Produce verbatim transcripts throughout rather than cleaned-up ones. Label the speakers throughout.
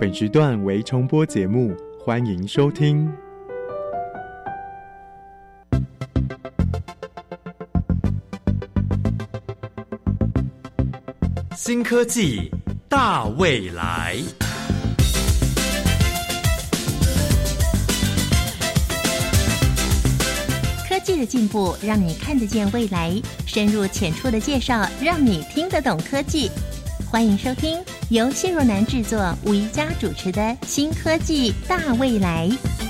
Speaker 1: 本时段为重播节目，欢迎收听。
Speaker 2: 新科技大未来，
Speaker 3: 科技的进步让你看得见未来，深入浅出的介绍让你听得懂科技。欢迎收听由谢若男制作、吴宜佳主持的《新科技大未来》。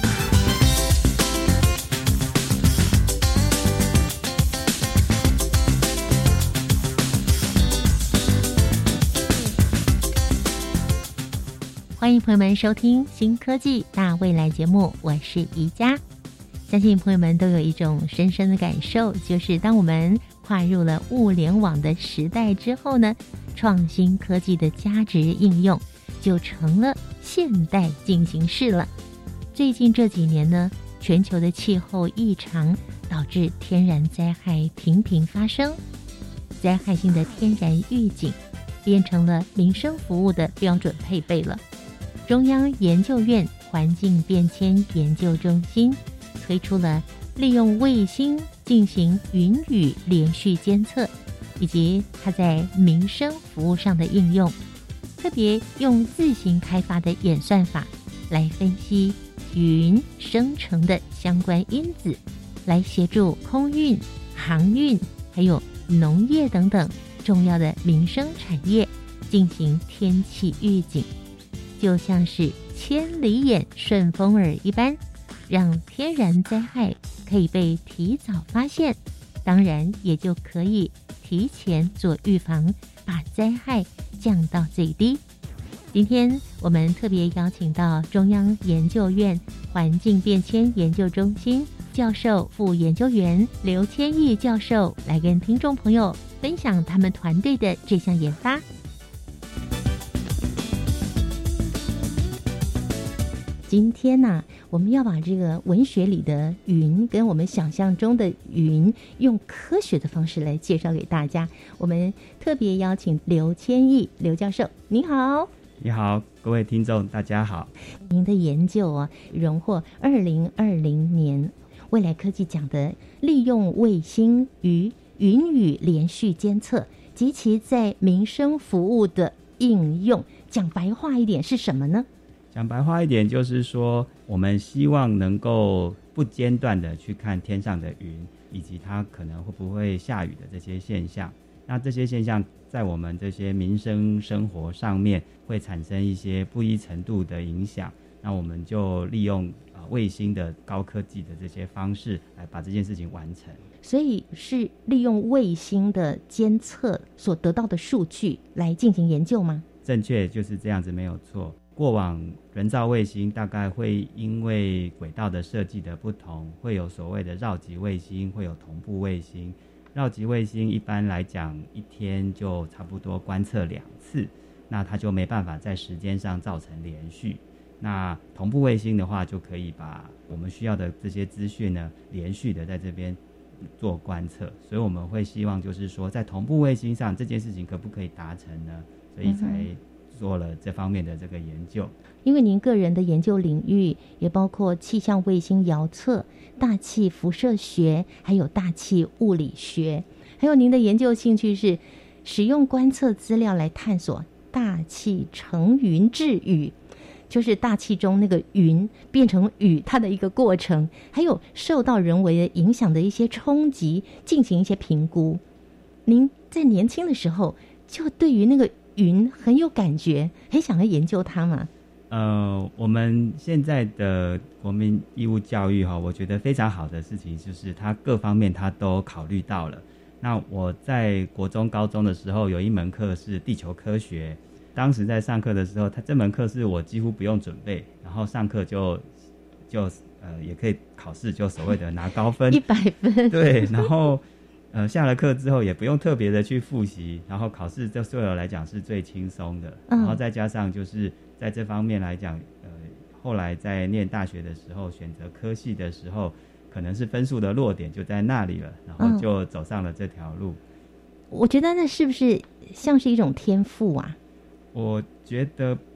Speaker 3: 欢迎朋友们收听《新科技大未来》节目，我是宜佳。相信朋友们都有一种深深的感受，就是当我们跨入了物联网的时代之后呢，创新科技的价值应用就成了现代进行式了。最近这几年呢，全球的气候异常导致天然灾害频频发生，灾害性的天然预警变成了民生服务的标准配备了。中央研究院环境变迁研究中心推出了利用卫星进行云雨连续监测，以及它在民生服务上的应用，特别用自行开发的演算法来分析云生成的相关因子，来协助空运、航运还有农业等等重要的民生产业进行天气预警，就像是千里眼顺风耳一般，让天然灾害可以被提早发现，当然也就可以提前做预防，把灾害降到最低。今天我们特别邀请到中央研究院环境变迁研究中心教授副研究员刘千亿教授来跟听众朋友分享他们团队的这项研发。今天呢、啊，我们要把这个文学里的云跟我们想象中的云用科学的方式来介绍给大家。我们特别邀请刘千亿刘教授，你好。
Speaker 4: 你好，各位听众大家好。
Speaker 3: 您的研究啊，荣获二零二零年未来科技奖的利用卫星与云雨连续监测及其在民生服务的应用。讲白话一点是什么呢？
Speaker 4: 讲白话一点就是说，我们希望能够不间断的去看天上的云，以及它可能会不会下雨的这些现象。那这些现象在我们这些民生生活上面会产生一些不一程度的影响，那我们就利用呃卫星的高科技的这些方式来把这件事情完成。
Speaker 3: 所以是利用卫星的监测所得到的数据来进行研究吗？
Speaker 4: 正确，就是这样子，没有错。过往人造卫星大概会因为轨道的设计的不同，会有所谓的绕极卫星，会有同步卫星。绕极卫星一般来讲一天就差不多观测两次，那它就没办法在时间上造成连续。那同步卫星的话，就可以把我们需要的这些资讯呢连续的在这边做观测。所以我们会希望就是说，在同步卫星上这件事情可不可以达成呢？所以才做了这方面的这个研究。
Speaker 3: 因为您个人的研究领域也包括气象卫星遥测、大气辐射学，还有大气物理学，还有您的研究兴趣是使用观测资料来探索大气成云致雨，就是大气中那个云变成雨它的一个过程，还有受到人为的影响的一些冲击进行一些评估。您在年轻的时候就对于那个云很有感觉，很想要研究它嘛？
Speaker 4: 呃，我们现在的国民义务教育哈，我觉得非常好的事情就是它各方面它都考虑到了。那我在国中、高中的时候有一门课是地球科学，当时在上课的时候，它这门课是我几乎不用准备，然后上课就就呃也可以考试，就所谓的拿高分，
Speaker 3: 一百分。
Speaker 4: 对，然后。呃，下了课之后也不用特别的去复习，然后考试这对我来讲是最轻松的、嗯、然后再加上就是在这方面来讲，呃，后来在念大学的时候选择科系的时候，可能是分数的落点就在那里了，然后就走上了这条路、
Speaker 3: 嗯、我觉得那是不是像是一种天赋啊？
Speaker 4: 我觉得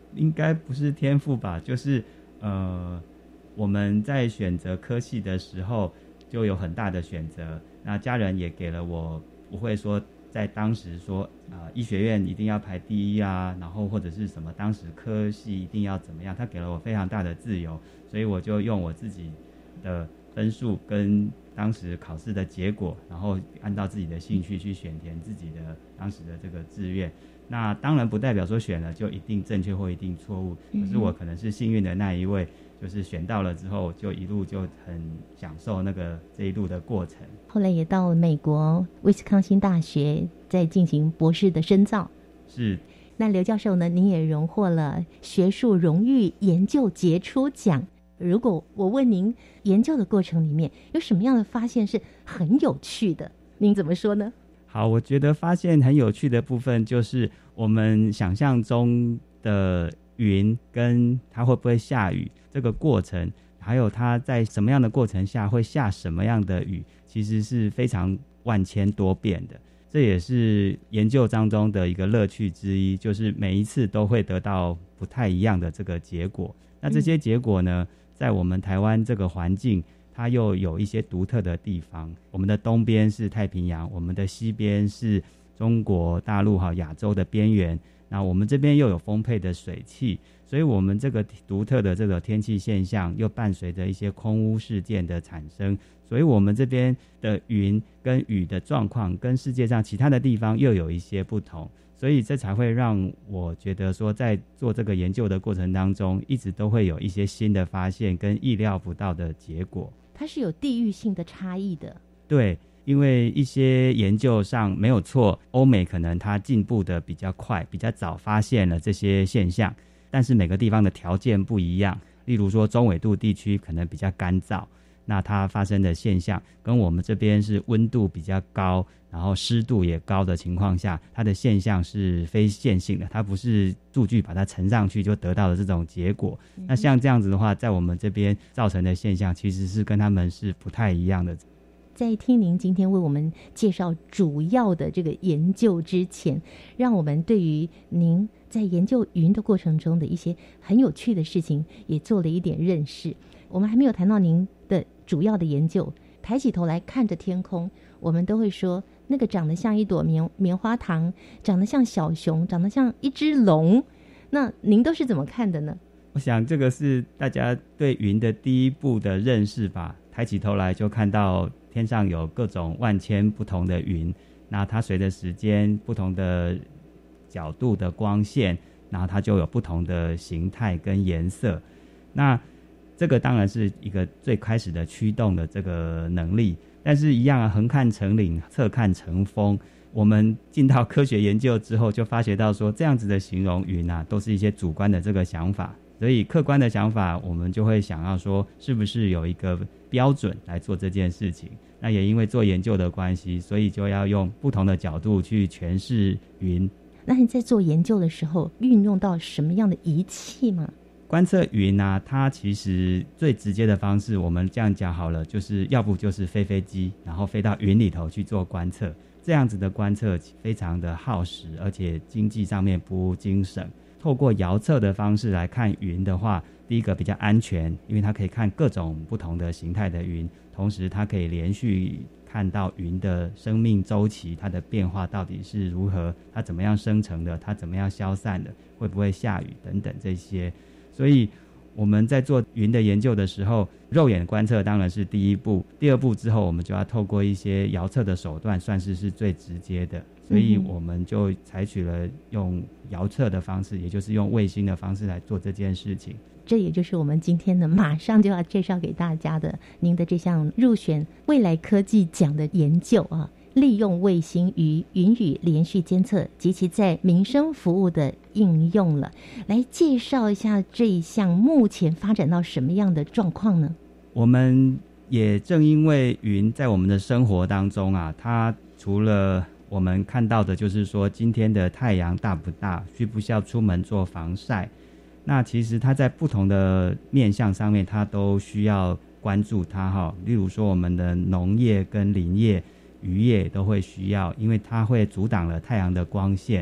Speaker 4: 应该不是天赋吧，就是呃我们在选择科系的时候就有很大的选择，那家人也给了我，不会说在当时说啊、呃、医学院一定要排第一啊，然后或者是什么当时科系一定要怎么样，他给了我非常大的自由，所以我就用我自己的分数跟当时考试的结果，然后按照自己的兴趣去选填自己的当时的这个志愿。那当然不代表说选了就一定正确或一定错误，可是我可能是幸运的那一位，就是选到了之后就一路就很享受那个这一路的过程。
Speaker 3: 后来也到了美国威斯康星大学在进行博士的深造。
Speaker 4: 是。
Speaker 3: 那刘教授呢，您也荣获了学术荣誉研究杰出奖。如果我问您研究的过程里面有什么样的发现是很有趣的，您怎么说呢？
Speaker 4: 好，我觉得发现很有趣的部分就是我们想象中的云跟它会不会下雨这个过程，还有它在什么样的过程下会下什么样的雨，其实是非常万千多变的。这也是研究当中的一个乐趣之一，就是每一次都会得到不太一样的这个结果。那这些结果呢，在我们台湾这个环境它又有一些独特的地方，我们的东边是太平洋，我们的西边是中国大陆哈亚洲的边缘，那我们这边又有丰沛的水汽，所以我们这个独特的这个天气现象又伴随着一些空污事件的产生，所以我们这边的云跟雨的状况跟世界上其他的地方又有一些不同，所以这才会让我觉得说在做这个研究的过程当中一直都会有一些新的发现跟意料不到的结果。
Speaker 3: 它是有地域性的差异的。
Speaker 4: 对，因为一些研究上没有错，欧美可能它进步的比较快，比较早发现了这些现象，但是每个地方的条件不一样，例如说中纬度地区可能比较干燥，那它发生的现象跟我们这边是温度比较高，然后湿度也高的情况下，它的现象是非线性的，它不是数据把它乘上去就得到了这种结果、嗯、那像这样子的话，在我们这边造成的现象其实是跟他们是不太一样的。
Speaker 3: 在听您今天为我们介绍主要的这个研究之前，让我们对于您在研究云的过程中的一些很有趣的事情也做了一点认识。我们还没有谈到您的主要的研究，抬起头来看着天空，我们都会说那个长得像一朵棉棉花糖，长得像小熊，长得像一只龙，那您都是怎么看的呢？
Speaker 4: 我想这个是大家对云的第一步的认识吧，抬起头来就看到天上有各种万千不同的云，那它随着时间不同的角度的光线，然后它就有不同的形态跟颜色。那这个当然是一个最开始的驱动的这个能力，但是一样啊，横看成岭，侧看成峰。我们进到科学研究之后，就发觉到说，这样子的形容云啊，都是一些主观的这个想法。所以客观的想法，我们就会想要说，是不是有一个标准来做这件事情？那也因为做研究的关系，所以就要用不同的角度去诠释云。
Speaker 3: 那你在做研究的时候，运用到什么样的仪器吗？
Speaker 4: 观测云啊，它其实最直接的方式，我们这样讲好了，就是要不就是飞飞机，然后飞到云里头去做观测。这样子的观测非常的耗时，而且经济上面不经省。透过遥测的方式来看云的话，第一个比较安全，因为它可以看各种不同的形态的云，同时它可以连续看到云的生命周期，它的变化到底是如何，它怎么样生成的，它怎么样消散的，会不会下雨等等这些。所以我们在做云的研究的时候，肉眼观测当然是第一步，第二步之后我们就要透过一些遥测的手段，算是是最直接的，所以我们就采取了用遥测的方式，也就是用卫星的方式来做这件事情。
Speaker 3: 这也就是我们今天呢马上就要介绍给大家的您的这项入选未来科技奖的研究啊，利用卫星与云雨连续监测及其在民生服务的应用了。来介绍一下这一项目前发展到什么样的状况呢？
Speaker 4: 我们也正因为云在我们的生活当中啊，它除了我们看到的就是说今天的太阳大不大，需不需要出门做防晒，那其实它在不同的面向上面它都需要关注它哈。例如说我们的农业跟林业渔业都会需要，因为它会阻挡了太阳的光线，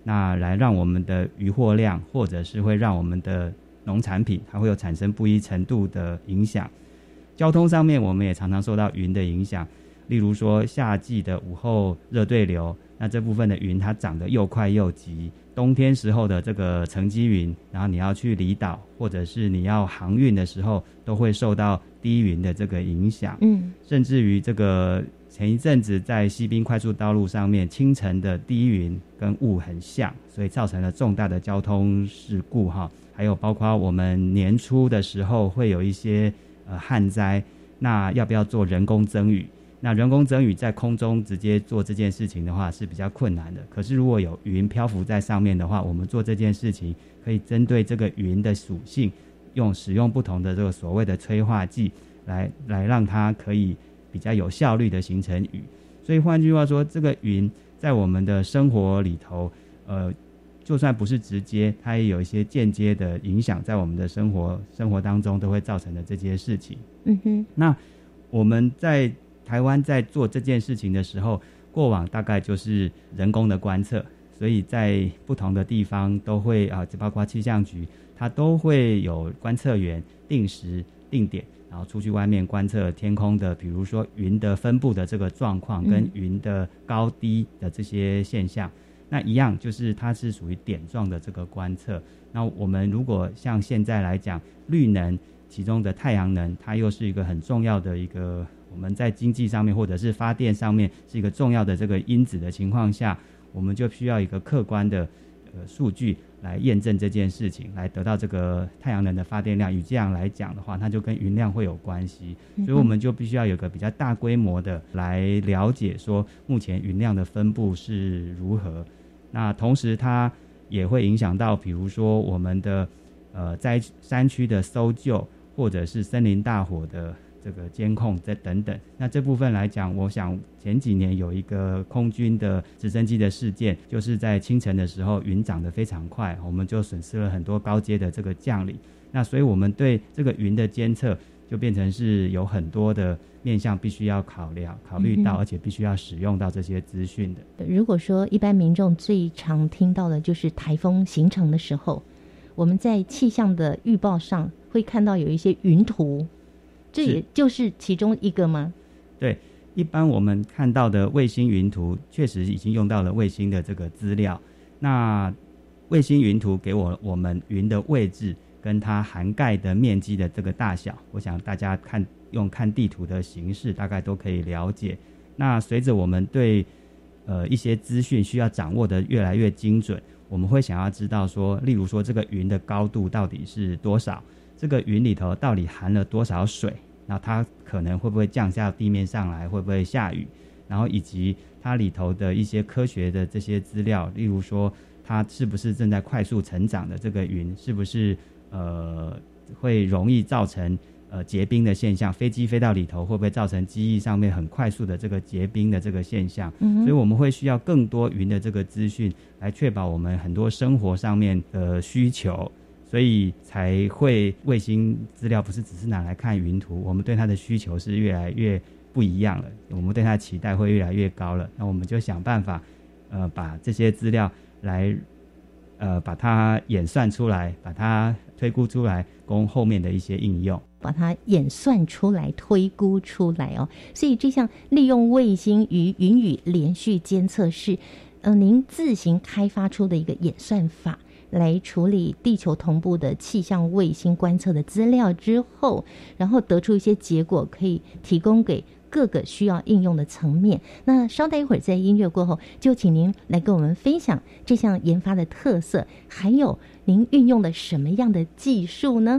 Speaker 4: 那来让我们的渔获量，或者是会让我们的农产品它会有产生不一程度的影响。交通上面我们也常常受到云的影响，例如说夏季的午后热对流，那这部分的云它长得又快又急，冬天时候的这个沉积云，然后你要去离岛或者是你要航运的时候，都会受到低云的这个影响。嗯，甚至于这个前一阵子在西滨快速道路上面，清晨的低云跟雾很像，所以造成了重大的交通事故哈。还有包括我们年初的时候会有一些呃旱灾，那要不要做人工增雨？那人工增雨在空中直接做这件事情的话是比较困难的，可是如果有云漂浮在上面的话，我们做这件事情可以针对这个云的属性，用使用不同的这个所谓的催化剂来来让它可以比较有效率的形成雨。所以换句话说，这个云在我们的生活里头呃就算不是直接，它也有一些间接的影响，在我们的生活生活当中都会造成的这些事情。嗯哼，那我们在台湾在做这件事情的时候，过往大概就是人工的观测，所以在不同的地方都会啊，包括气象局，它都会有观测员定时定点，然后出去外面观测天空的，比如说云的分布的这个状况，跟云的高低的这些现象。嗯，那一样就是它是属于点状的这个观测。那我们如果像现在来讲，绿能其中的太阳能，它又是一个很重要的一个我们在经济上面或者是发电上面是一个重要的这个因子的情况下，我们就需要一个客观的呃数据来验证这件事情，来得到这个太阳能的发电量。与这样来讲的话，它就跟云量会有关系，所以我们就必须要有个比较大规模的来了解说目前云量的分布是如何。那同时它也会影响到比如说我们的呃在山区的搜救，或者是森林大火的这个监控这等等。那这部分来讲，我想前几年有一个空军的直升机的事件，就是在清晨的时候云涨得非常快，我们就损失了很多高阶的这个将领。那所以我们对这个云的监测就变成是有很多的面向必须要考量考虑到、嗯、而且必须要使用到这些资讯的。
Speaker 3: 如果说一般民众最常听到的就是台风形成的时候，我们在气象的预报上会看到有一些云图，这也就是其中一个吗？
Speaker 4: 对，一般我们看到的卫星云图确实已经用到了卫星的这个资料。那卫星云图给我我们云的位置跟它涵盖的面积的这个大小，我想大家看用看地图的形式大概都可以了解。那随着我们对呃一些资讯需要掌握的越来越精准，我们会想要知道说，例如说这个云的高度到底是多少，这个云里头到底含了多少水，然后它可能会不会降下地面上来，会不会下雨，然后以及它里头的一些科学的这些资料，例如说它是不是正在快速成长的这个云，是不是呃会容易造成呃结冰的现象，飞机飞到里头会不会造成机翼上面很快速的这个结冰的这个现象、嗯、所以我们会需要更多云的这个资讯来确保我们很多生活上面的需求，所以才会卫星资料不是只是拿来看云图，我们对它的需求是越来越不一样了，我们对它的期待会越来越高了。那我们就想办法呃把这些资料来呃把它演算出来，把它推估出来，供后面的一些应用，
Speaker 3: 把它演算出来推估出来哦。所以这项利用卫星与云雨连续监测是呃您自行开发出的一个演算法，来处理地球同步的气象卫星观测的资料之后，然后得出一些结果，可以提供给各个需要应用的层面。那稍待一会儿，在音乐过后，就请您来跟我们分享这项研发的特色，还有您运用了什么样的技术呢？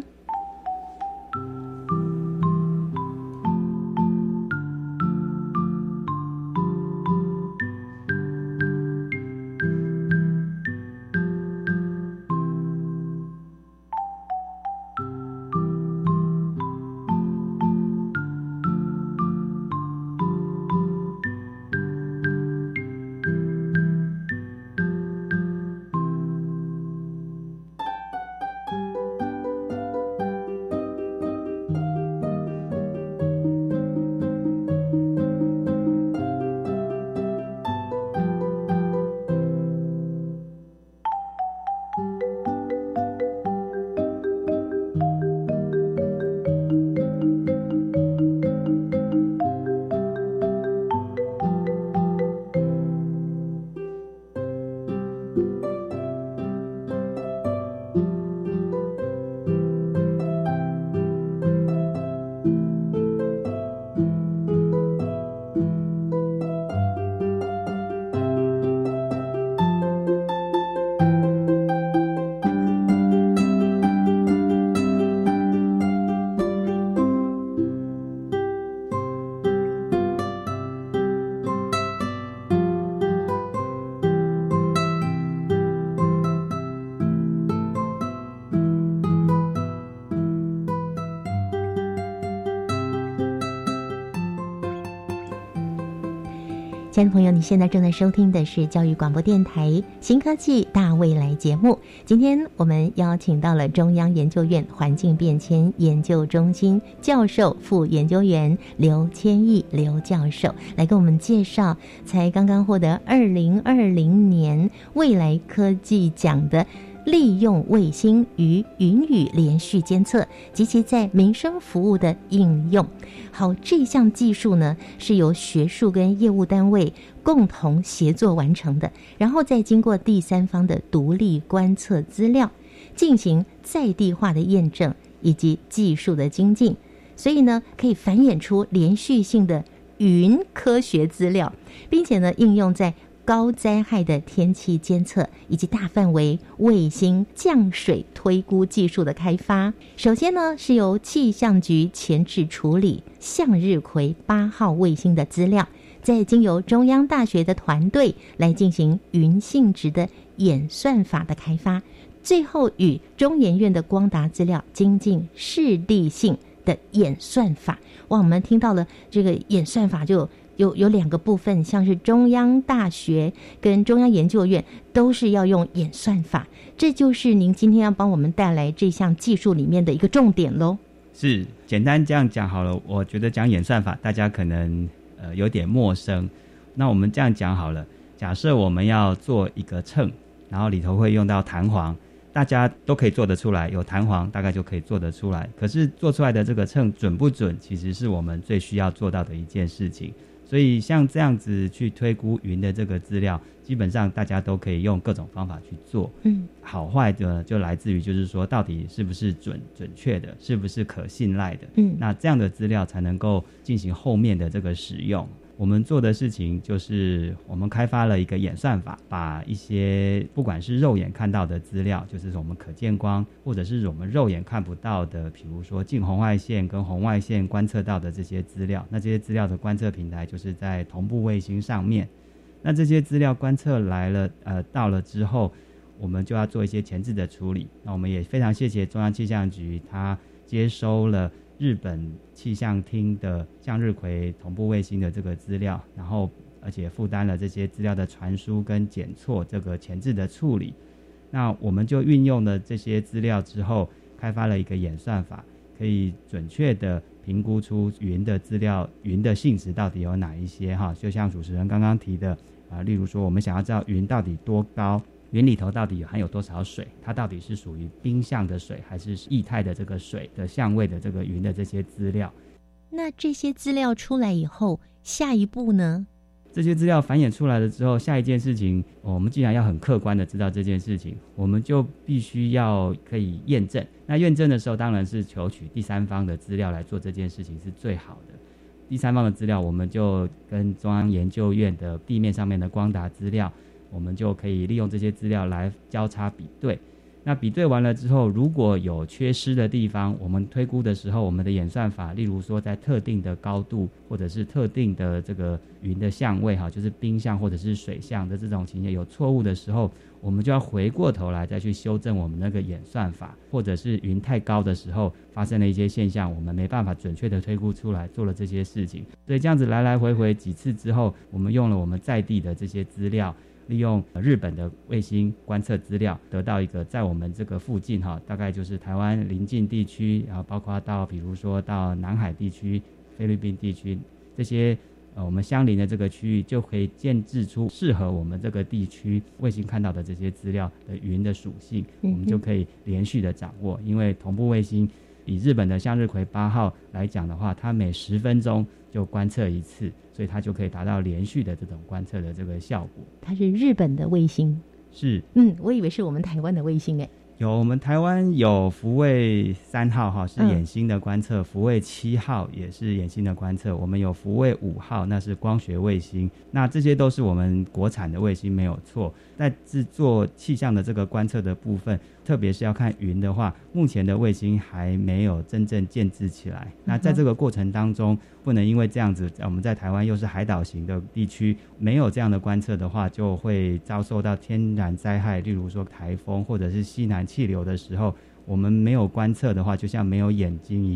Speaker 3: 亲爱的朋友，你现在正在收听的是教育广播电台新科技大未来节目。今天我们邀请到了中央研究院环境变迁研究中心教授副研究员刘千亿刘教授，来跟我们介绍才刚刚获得二零二零年未来科技奖的利用卫星与云雨连续监测及其在民生服务的应用。好，这项技术呢是由学术跟业务单位共同协作完成的，然后再经过第三方的独立观测资料，进行在地化的验证以及技术的精进，所以呢可以繁衍出连续性的云科学资料，并且呢应用在高灾害的天气监测以及大范围卫星降水推估技术的开发。首先呢是由气象局前置处理向日葵八号卫星的资料，再经由中央大学的团队来进行云性质的演算法的开发，最后与中研院的光达资料精进视地性的演算法。哇，我们听到了这个演算法就有有两个部分，像是中央大学跟中央研究院都是要用演算法，这就是您今天要帮我们带来这项技术里面的一个重点咯。
Speaker 4: 是，简单这样讲好了，我觉得讲演算法大家可能呃有点陌生，那我们这样讲好了，假设我们要做一个秤，然后里头会用到弹簧，大家都可以做得出来，有弹簧大概就可以做得出来，可是做出来的这个秤准不准，其实是我们最需要做到的一件事情。所以像这样子去推估云的这个资料，基本上大家都可以用各种方法去做。嗯，好坏的就来自于就是说到底是不是准准确的，是不是可信赖的。嗯，那这样的资料才能够进行后面的这个使用。我们做的事情就是我们开发了一个演算法，把一些不管是肉眼看到的资料，就是我们可见光，或者是我们肉眼看不到的，比如说近红外线跟红外线观测到的这些资料，那这些资料的观测平台就是在同步卫星上面。那这些资料观测来了呃到了之后，我们就要做一些前置的处理。那我们也非常谢谢中央气象局，它接收了日本气象厅的向日葵同步卫星的这个资料，然后而且负担了这些资料的传输跟检错这个前置的处理。那我们就运用了这些资料之后，开发了一个演算法，可以准确的评估出云的资料，云的性质到底有哪一些哈？就像主持人刚刚提的啊、呃，例如说我们想要知道云到底多高，云里头到底含有多少水，它到底是属于冰相的水还是液态的这个水的相位的这个云的这些资料。
Speaker 3: 那这些资料出来以后，下一步呢？
Speaker 4: 这些资料繁衍出来了之后，下一件事情、哦、我们既然要很客观的知道这件事情，我们就必须要可以验证。那验证的时候当然是求取第三方的资料来做这件事情是最好的。第三方的资料我们就跟中央研究院的地面上面的光达资料，我们就可以利用这些资料来交叉比对。那比对完了之后，如果有缺失的地方，我们推估的时候，我们的演算法例如说在特定的高度或者是特定的这个云的相位哈，就是冰相或者是水相的这种情形有错误的时候，我们就要回过头来再去修正我们那个演算法，或者是云太高的时候发生了一些现象，我们没办法准确的推估出来，做了这些事情。所以这样子来来回回几次之后，我们用了我们在地的这些资料，利用日本的卫星观测资料，得到一个在我们这个附近哈，大概就是台湾邻近地区，然后包括到比如说到南海地区、菲律宾地区这些呃我们相邻的这个区域，就可以建制出适合我们这个地区卫星看到的这些资料的云的属性，我们就可以连续的掌握。因为同步卫星以日本的向日葵八号来讲的话，它每十分钟就观测一次，所以它就可以达到连续的这种观测的这个效果。
Speaker 3: 它是日本的卫星？
Speaker 4: 是。
Speaker 3: 嗯，我以为是我们台湾的卫星诶。
Speaker 4: 有，我们台湾有福卫三号哈是眼星的观测，嗯、福卫七号也是眼星的观测，我们有福卫五号那是光学卫星，那这些都是我们国产的卫星没有错。在制作气象的这个观测的部分，特别是要看云的话，目前的卫星还没有真正建制起来。那在这个过程当中，不能因为这样子，我们在台湾又是海岛型的地区，没有这样的观测的话，就会遭受到天然灾害，例如说台风或者是西南气流的时候，我们没有观测的话，就像没有眼睛一样，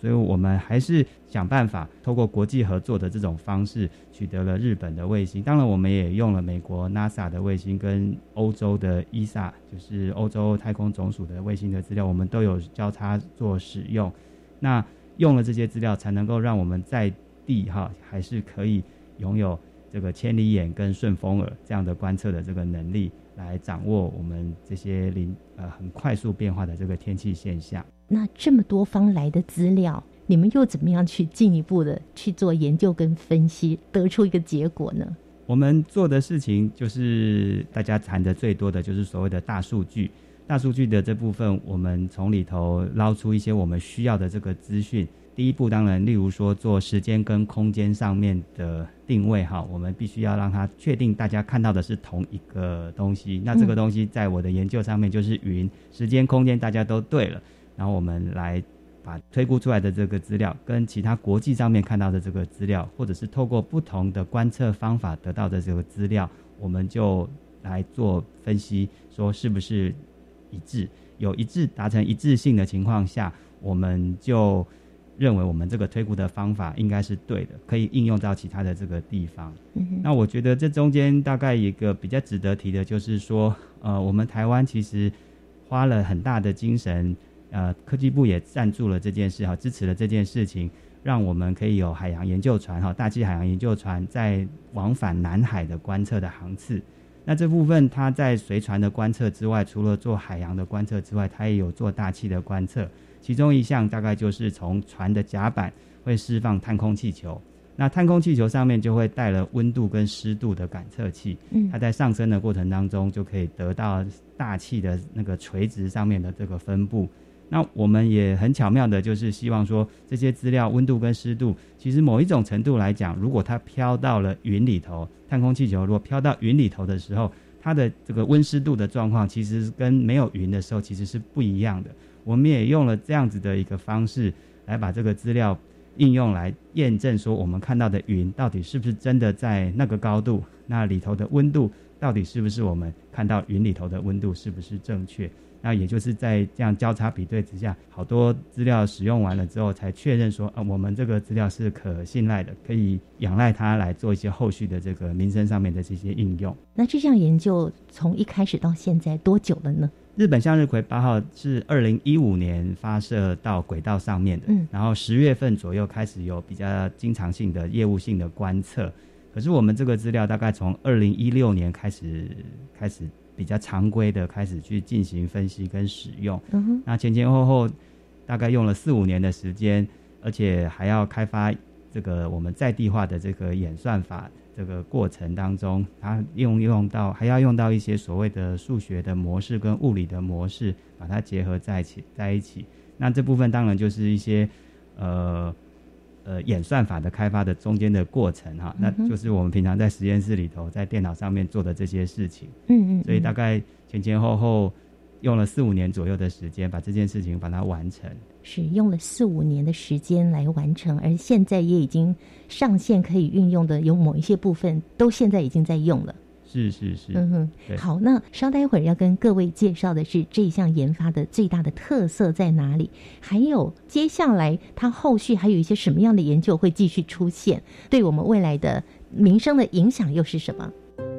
Speaker 4: 所以我们还是想办法透过国际合作的这种方式取得了日本的卫星，当然我们也用了美国 NASA 的卫星跟欧洲的 E S A 就是欧洲太空总署的卫星的资料，我们都有交叉做使用。那用了这些资料才能够让我们在地哈还是可以拥有这个千里眼跟顺风耳这样的观测的这个能力，来掌握我们这些临呃很快速变化的这个天气现象。
Speaker 3: 那这么多方来的资料，你们又怎么样去进一步的去做研究跟分析，得出一个结果呢？
Speaker 4: 我们做的事情就是大家谈的最多的就是所谓的大数据。大数据的这部分，我们从里头捞出一些我们需要的这个资讯。第一步当然例如说做时间跟空间上面的定位哈，我们必须要让它确定大家看到的是同一个东西。那这个东西在我的研究上面就是云，时间空间大家都对了，然后我们来把推估出来的这个资料跟其他国际上面看到的这个资料，或者是透过不同的观测方法得到的这个资料，我们就来做分析，说是不是一致。有一致达成一致性的情况下，我们就认为我们这个推估的方法应该是对的，可以应用到其他的这个地方。嗯、那我觉得这中间大概一个比较值得提的就是说，呃，我们台湾其实花了很大的精神，呃，科技部也赞助了这件事哈，支持了这件事情，让我们可以有海洋研究船哈，大气海洋研究船在往返南海的观测的航次。那这部分它在随船的观测之外，除了做海洋的观测之外，它也有做大气的观测。其中一项大概就是从船的甲板会释放探空气球，那探空气球上面就会带了温度跟湿度的感测器，嗯，它在上升的过程当中就可以得到大气的那个垂直上面的这个分布。那我们也很巧妙的就是希望说这些资料温度跟湿度，其实某一种程度来讲，如果它飘到了云里头，探空气球如果飘到云里头的时候，它的这个温湿度的状况其实跟没有云的时候其实是不一样的。我们也用了这样子的一个方式来把这个资料应用来验证说我们看到的云到底是不是真的在那个高度，那里头的温度到底是不是我们看到云里头的温度是不是正确。那也就是在这样交叉比对之下，好多资料使用完了之后才确认说、啊、我们这个资料是可信赖的，可以仰赖它来做一些后续的这个民生上面的这些应用。
Speaker 3: 那这项研究从一开始到现在多久了呢？
Speaker 4: 日本向日葵八号是二零一五年发射到轨道上面的，嗯，然后十月份左右开始有比较经常性的业务性的观测。可是我们这个资料大概从二零一六年开始开始比较常规的开始去进行分析跟使用，嗯哼，那前前后后大概用了四五年的时间，而且还要开发这个我们在地化的这个演算法。这个过程当中，它用用到还要用到一些所谓的数学的模式跟物理的模式，把它结合在一起在一起。那这部分当然就是一些呃呃演算法的开发的中间的过程哈、嗯，那就是我们平常在实验室里头在电脑上面做的这些事情。嗯 嗯, 嗯，所以大概前前后后用了四五年左右的时间把这件事情把它完成。
Speaker 3: 是用了四五年的时间来完成，而现在也已经上线可以运用的有某一些部分都现在已经在用了。
Speaker 4: 是是是，
Speaker 3: 嗯哼，好，那稍待会儿要跟各位介绍的是这一项研发的最大的特色在哪里，还有接下来它后续还有一些什么样的研究会继续出现，对我们未来的民生的影响又是什么？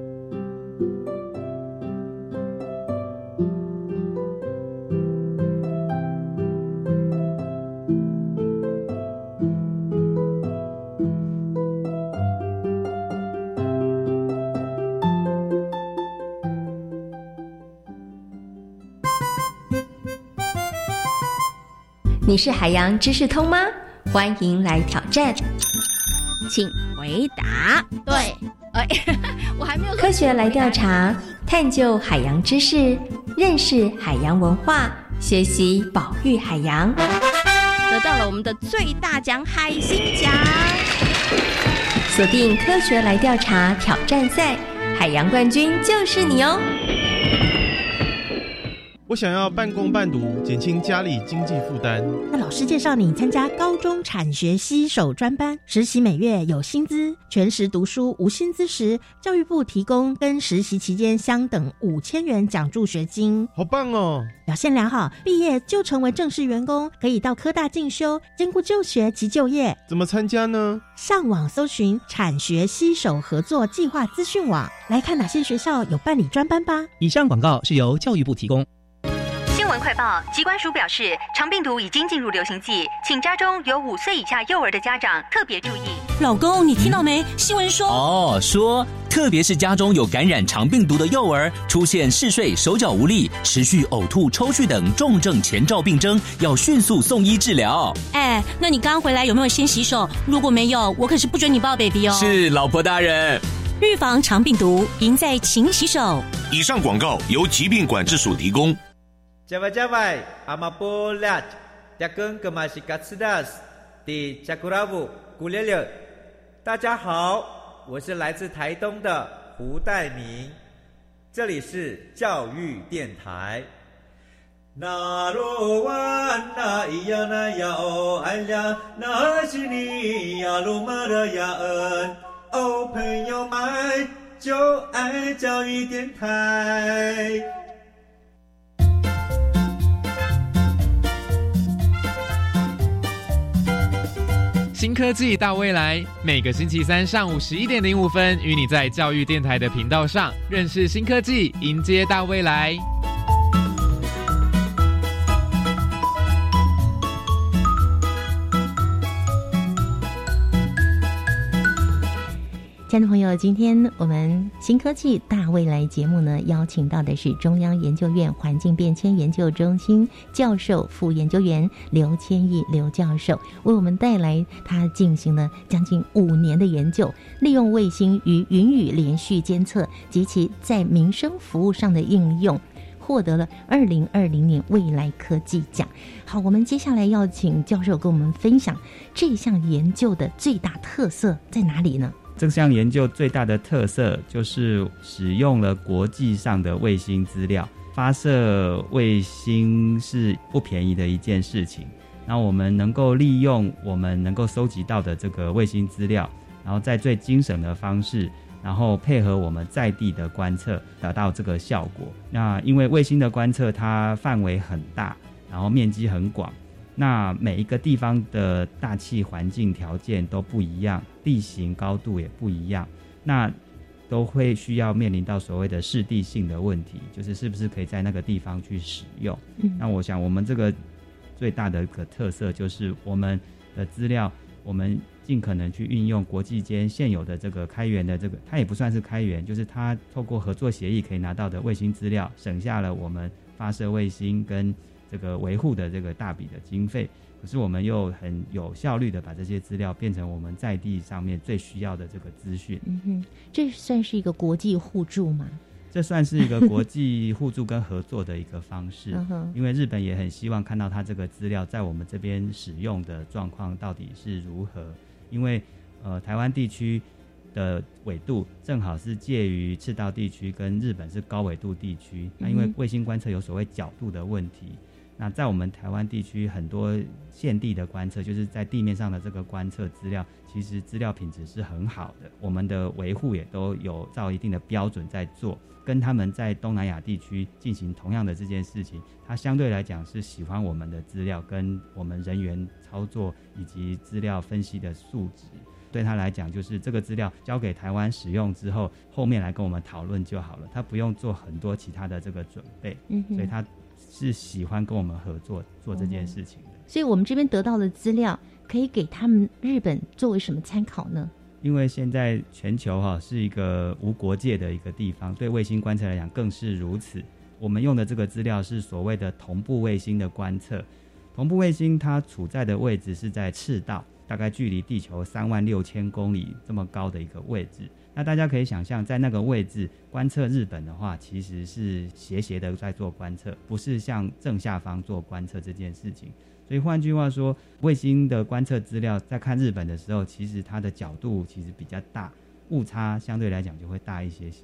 Speaker 5: 你是海洋知识通吗？欢迎来挑战，
Speaker 6: 请回答。对，哎，我还没有。
Speaker 5: 科学来调查，探究海洋知识，认识海洋文化，学习保育海洋，
Speaker 6: 得到了我们的最大奖海星奖。
Speaker 5: 锁定科学来调查挑战赛，海洋冠军就是你哦！
Speaker 7: 我我想要半工半读，减轻家里经济负担。
Speaker 8: 那老师介绍你参加高中产学携手专班，实习每月有薪资，全时读书无薪资时，教育部提供跟实习期间相等五千元奖助学金。
Speaker 7: 好棒哦！
Speaker 8: 表现良好，毕业就成为正式员工，可以到科大进修，兼顾就学及就业。
Speaker 7: 怎么参加呢？
Speaker 8: 上网搜寻产学携手合作计划资讯网，来看哪些学校有办理专班吧。
Speaker 9: 以上广告是由教育部提供。
Speaker 10: 新闻快报，疾管署表示，肠病毒已经进入流行季，请家中有五岁以下幼儿的家长特别注意。
Speaker 11: 老公，你听到没？新闻说
Speaker 12: 哦，说特别是家中有感染肠病毒的幼儿，出现嗜睡、手脚无力、持续呕吐、抽搐等重症前兆病征，要迅速送医治疗。
Speaker 11: 哎，那你刚回来有没有先洗手？如果没有，我可是不准你抱 baby 哦。
Speaker 12: 是，老婆大人。
Speaker 11: 预防肠病毒，赢在勤洗手。
Speaker 13: 以上广告由疾病管制署提供。
Speaker 14: Java Java, Amapolat, Jakun Kemasikatsidas, di Jakuravu, Gulele。大家好，我是来自台东的胡代明，这里是教育电台。那罗哇那咿呀那呀哦哎呀，那是你呀鲁玛的呀恩哦，朋友们就爱教育电台。
Speaker 15: 新科技大未来，每个星期三上午十一点零五分，与你在教育电台的频道上认识新科技，迎接大未来。
Speaker 3: 亲爱的朋友，今天我们新科技大未来节目呢，邀请到的是中央研究院环境变迁研究中心教授、副研究员刘千义刘教授，为我们带来他进行了将近五年的研究，利用卫星与云雨连续监测及其在民生服务上的应用，获得了二零二零年未来科技奖。好，我们接下来要请教授跟我们分享这项研究的最大特色在哪里呢？
Speaker 4: 这项研究最大的特色就是使用了国际上的卫星资料。发射卫星是不便宜的一件事情，那我们能够利用我们能够收集到的这个卫星资料，然后在最精省的方式，然后配合我们在地的观测，达到这个效果。那因为卫星的观测它范围很大，然后面积很广，那每一个地方的大气环境条件都不一样，地形高度也不一样，那都会需要面临到所谓的适地性的问题，就是是不是可以在那个地方去使用。嗯、那我想我们这个最大的一个特色就是我们的资料，我们尽可能去运用国际间现有的这个开源的这个，它也不算是开源，就是它透过合作协议可以拿到的卫星资料，省下了我们发射卫星跟这个维护的这个大笔的经费，可是我们又很有效率的把这些资料变成我们在地上面最需要的这个资讯。
Speaker 3: 嗯哼，这算是一个国际互助吗？
Speaker 4: 这算是一个国际互助跟合作的一个方式因为日本也很希望看到它这个资料在我们这边使用的状况到底是如何，因为呃台湾地区的纬度正好是介于赤道地区跟日本是高纬度地区，那因为卫星观测有所谓角度的问题，那在我们台湾地区很多现地的观测，就是在地面上的这个观测资料，其实资料品质是很好的，我们的维护也都有照一定的标准在做，跟他们在东南亚地区进行同样的这件事情，它相对来讲是喜欢我们的资料跟我们人员操作以及资料分析的素质，对他来讲就是这个资料交给台湾使用之后，后面来跟我们讨论就好了，他不用做很多其他的这个准备、嗯、所以他是喜欢跟我们合作做这件事情的、
Speaker 3: 嗯、所以我们这边得到的资料可以给他们日本作为什么参考呢？
Speaker 4: 因为现在全球、啊、是一个无国界的一个地方，对卫星观测来讲更是如此。我们用的这个资料是所谓的同步卫星的观测，同步卫星它处在的位置是在赤道，大概距离地球三万六千公里这么高的一个位置，那大家可以想象在那个位置观测日本的话，其实是斜斜的在做观测，不是向正下方做观测这件事情。所以换句话说，卫星的观测资料在看日本的时候，其实它的角度其实比较大，误差相对来讲就会大一些些。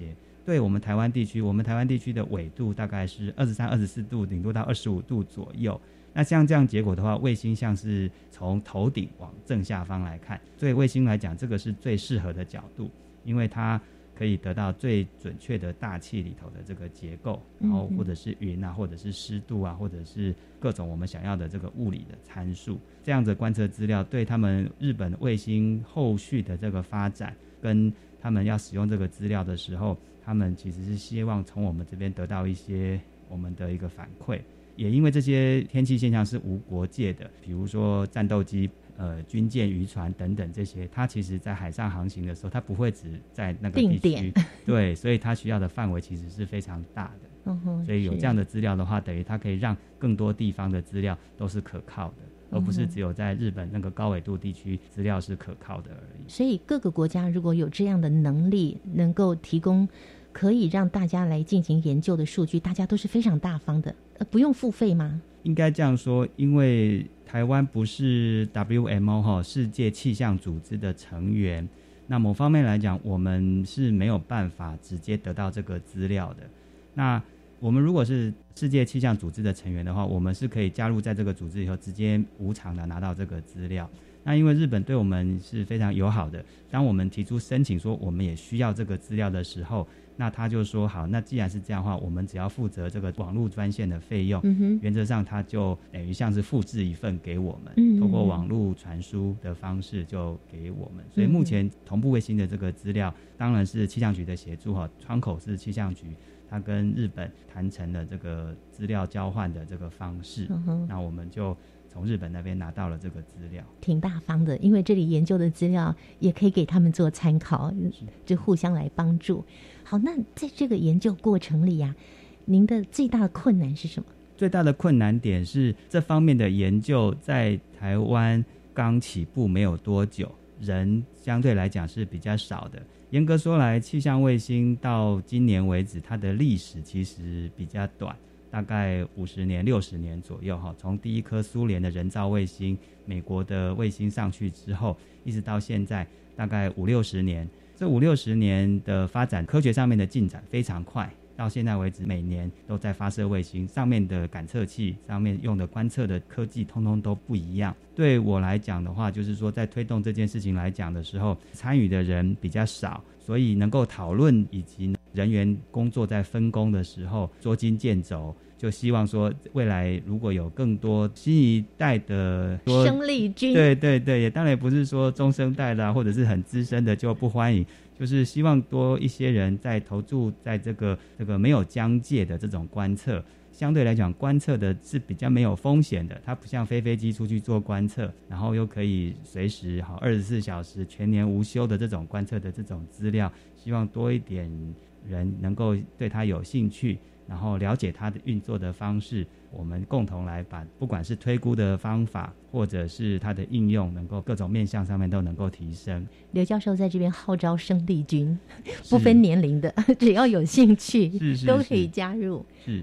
Speaker 4: 对我们台湾地区，我们台湾地区的纬度大概是二十三、二十四度，顶多到二十五度左右。那像这样结果的话，卫星像是从头顶往正下方来看，对卫星来讲，这个是最适合的角度，因为它可以得到最准确的大气里头的这个结构，然后或者是云啊，或者是湿度啊，或者是各种我们想要的这个物理的参数，这样子观测资料对他们日本卫星后续的这个发展，跟他们要使用这个资料的时候，他们其实是希望从我们这边得到一些我们的一个反馈。也因为这些天气现象是无国界的，比如说战斗机、呃军舰、渔船等等这些，它其实在海上航行的时候，它不会只在那个地区，对，所以它需要的范围其实是非常大的。嗯哼，所以有这样的资料的话，等于它可以让更多地方的资料都是可靠的，而不是只有在日本那个高纬度地区资料是可靠的而已。
Speaker 3: 所以各个国家如果有这样的能力，能够提供可以让大家来进行研究的数据，大家都是非常大方的。呃，不用付费吗？
Speaker 4: 应该这样说，因为台湾不是 W M O 世界气象组织的成员，那某方面来讲，我们是没有办法直接得到这个资料的。那我们如果是世界气象组织的成员的话，我们是可以加入在这个组织以后，直接无偿的拿到这个资料。那因为日本对我们是非常友好的，当我们提出申请说我们也需要这个资料的时候，那他就说好，那既然是这样的话，我们只要负责这个网络专线的费用，嗯、原则上他就等于像是复制一份给我们，嗯、通过网络传输的方式就给我们。所以目前同步卫星的这个资料，当然是气象局的协助哈，窗口是气象局，他跟日本谈成了这个资料交换的这个方式，嗯、那我们就从日本那边拿到了这个资料，
Speaker 3: 挺大方的，因为这里研究的资料也可以给他们做参考，就互相来帮助。好，那在这个研究过程里啊，您的最大的困难是什么？
Speaker 4: 最大的困难点是这方面的研究在台湾刚起步没有多久，人相对来讲是比较少的。严格说来，气象卫星到今年为止，它的历史其实比较短，大概五十年、六十年左右哈。从第一颗苏联的人造卫星、美国的卫星上去之后，一直到现在，大概五六十年。这五六十年的发展，科学上面的进展非常快。到现在为止，每年都在发射卫星，上面的感测器、上面用的观测的科技，通通都不一样。对我来讲的话，就是说在推动这件事情来讲的时候，参与的人比较少，所以能够讨论以及人员工作在分工的时候捉襟见肘。就希望说未来如果有更多新一代的
Speaker 3: 生力军，
Speaker 4: 对对对，也当然不是说中生代的、啊、或者是很资深的就不欢迎，就是希望多一些人在投注在这个这个没有疆界的这种观测。相对来讲，观测的是比较没有风险的，它不像飞飞机出去做观测，然后又可以随时好二十四小时全年无休的这种观测的这种资料，希望多一点人能够对它有兴趣，然后了解它的运作的方式，我们共同来把不管是推估的方法或者是它的应用，能够各种面向上面都能够提升。
Speaker 3: 刘教授在这边号召生力军，不分年龄的，只要有兴趣是是是都可以加入。
Speaker 4: 是。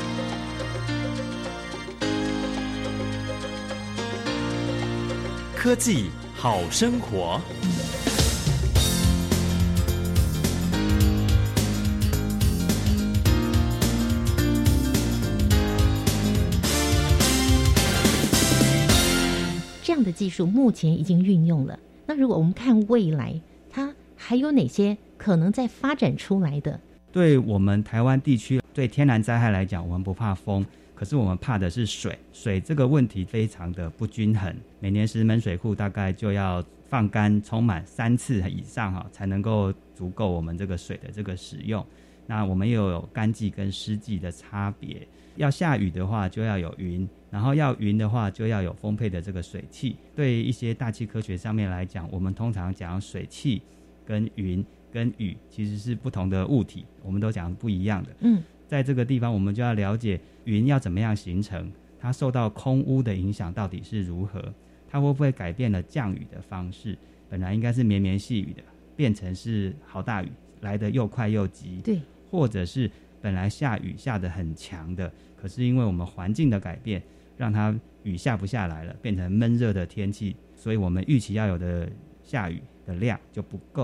Speaker 2: 科技好生活。
Speaker 3: 这样的技术目前已经运用了，那如果我们看未来，它还有哪些可能在发展出来的？
Speaker 4: 对我们台湾地区，对天然灾害来讲，我们不怕风，可是我们怕的是水。水这个问题非常的不均衡，每年石门水库大概就要放干充满三次以上哈，才能够足够我们这个水的这个使用。那我们又有干季跟湿季的差别，要下雨的话就要有云，然后要云的话就要有丰沛的这个水汽。对一些大气科学上面来讲，我们通常讲水汽跟云跟雨其实是不同的物体，我们都讲不一样的。嗯，在这个地方我们就要了解云要怎么样形成，它受到空污的影响到底是如何，它会不会改变了降雨的方式，本来应该是绵绵细雨的变成是好大雨，来得又快又急。对，或者是本来下雨下得很强的，可是因为我们环境的改变，让它雨下不下来了，变成闷热的天气，所以我们预期要有的下雨的量就不够了。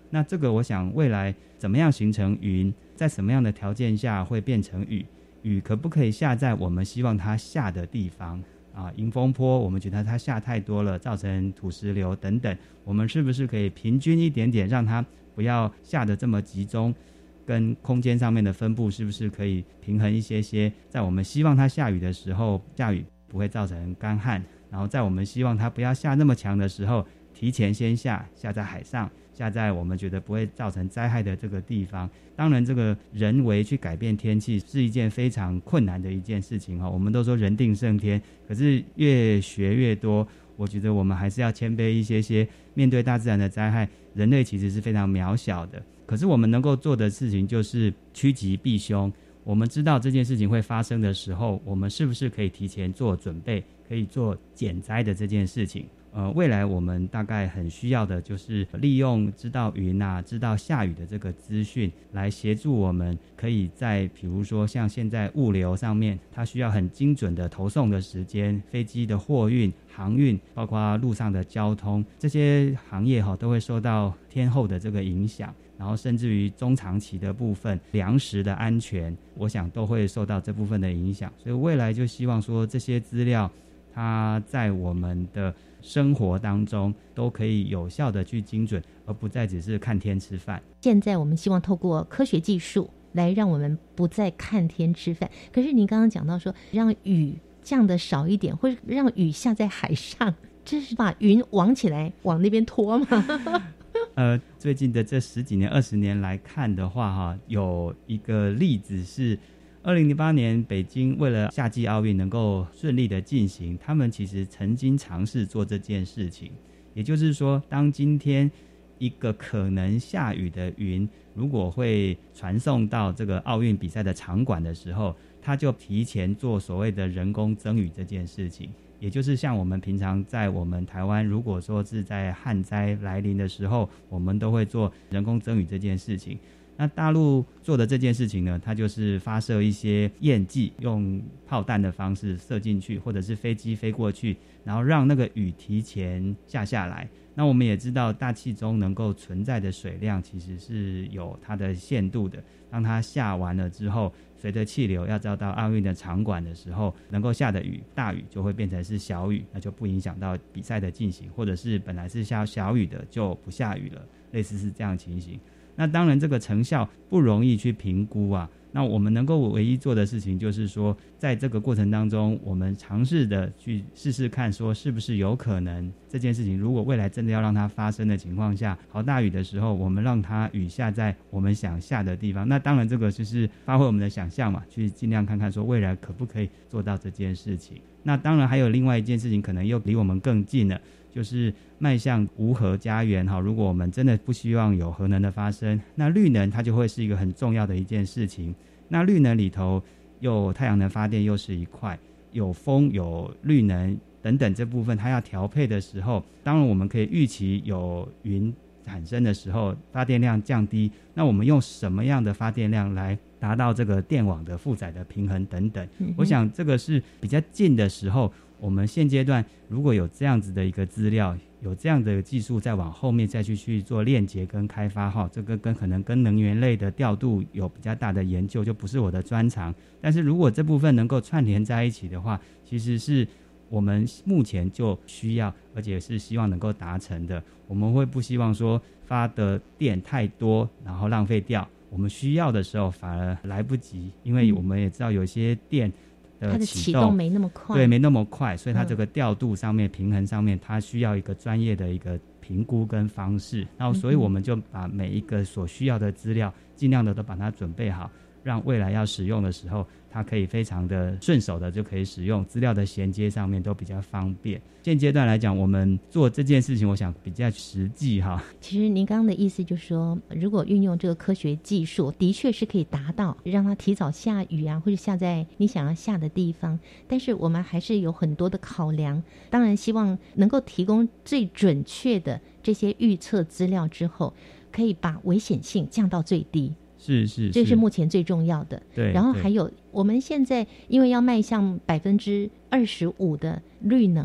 Speaker 4: 那这个我想未来怎么样形成云，在什么样的条件下会变成雨，雨可不可以下在我们希望它下的地方啊？迎风坡我们觉得它下太多了，造成土石流等等，我们是不是可以平均一点点，让它不要下得这么集中，跟空间上面的分布是不是可以平衡一些些，在我们希望它下雨的时候下雨不会造成干旱，然后在我们希望它不要下那么强的时候提前先下，下在海上，下在我们觉得不会造成灾害的这个地方。当然这个人为去改变天气是一件非常困难的一件事情，我们都说人定胜天，可是越学越多，我觉得我们还是要谦卑一些些，面对大自然的灾害，人类其实是非常渺小的，可是我们能够做的事情就是趋吉避凶。我们知道这件事情会发生的时候，我们是不是可以提前做准备，可以做减灾的这件事情。呃，未来我们大概很需要的就是利用知道云啊、知道下雨的这个资讯，来协助我们可以在比如说像现在物流上面，它需要很精准的投送的时间，飞机的货运、航运，包括路上的交通，这些行业哈都会受到天候的这个影响。然后甚至于中长期的部分，粮食的安全，我想都会受到这部分的影响。所以未来就希望说这些资料它在我们的生活当中都可以有效的去精准，而不再只是看天吃饭。
Speaker 3: 现在我们希望透过科学技术来让我们不再看天吃饭，可是您刚刚讲到说让雨降得少一点，或者让雨下在海上，这是把云往起来往那边拖吗？
Speaker 4: 呃，最近的这十几年、二十年来看的话，哈，有一个例子是，二零零八年北京为了夏季奥运能够顺利的进行，他们其实曾经尝试做这件事情。也就是说，当今天一个可能下雨的云，如果会传送到这个奥运比赛的场馆的时候，他就提前做所谓的人工增雨这件事情。也就是像我们平常在我们台湾，如果说是在旱灾来临的时候，我们都会做人工增雨这件事情。那大陆做的这件事情呢，它就是发射一些焰剂，用炮弹的方式射进去，或者是飞机飞过去，然后让那个雨提前下下来。那我们也知道大气中能够存在的水量其实是有它的限度的，当它下完了之后，随着气流要照到奥运的场馆的时候，能够下的雨大雨就会变成是小雨，那就不影响到比赛的进行，或者是本来是下小雨的就不下雨了，类似是这样的情形。那当然这个成效不容易去评估啊，那我们能够唯一做的事情就是说，在这个过程当中，我们尝试的去试试看，说是不是有可能这件事情如果未来真的要让它发生的情况下，好大雨的时候，我们让它雨下在我们想下的地方。那当然这个就是发挥我们的想象嘛，去尽量看看说未来可不可以做到这件事情。那当然还有另外一件事情可能又离我们更近了，就是迈向无核家园。如果我们真的不希望有核能的发生，那绿能它就会是一个很重要的一件事情。那绿能里头有太阳能发电又是一块，有风有绿能等等，这部分它要调配的时候，当然我们可以预期有云产生的时候发电量降低，那我们用什么样的发电量来达到这个电网的负载的平衡等等、嗯、我想这个是比较近的时候，我们现阶段如果有这样子的一个资料，有这样的技术再往后面再去去做链接跟开发哈，这个跟可能跟能源类的调度有比较大的研究，就不是我的专长。但是如果这部分能够串联在一起的话，其实是我们目前就需要，而且是希望能够达成的。我们会不希望说发的电太多然后浪费掉，我们需要的时候反而来不及，因为我们也知道有些电的
Speaker 3: 它的启动没那么快，
Speaker 4: 对，没那么快，所以它这个调度上面、嗯、平衡上面，它需要一个专业的一个评估跟方式。然后，所以我们就把每一个所需要的资料，尽量的都把它准备好，让未来要使用的时候，它可以非常的顺手的就可以使用，资料的衔接上面都比较方便。现阶段来讲，我们做这件事情，我想比较实际哈。
Speaker 3: 其实您刚刚的意思就是说，如果运用这个科学技术，的确是可以达到让它提早下雨啊，或者下在你想要下的地方。但是我们还是有很多的考量，当然希望能够提供最准确的这些预测资料之后，可以把危险性降到最低。
Speaker 4: 是是是，
Speaker 3: 这是目前最重要的。
Speaker 4: 对，
Speaker 3: 然后还有我们现在因为要迈向百分之二十五的绿能，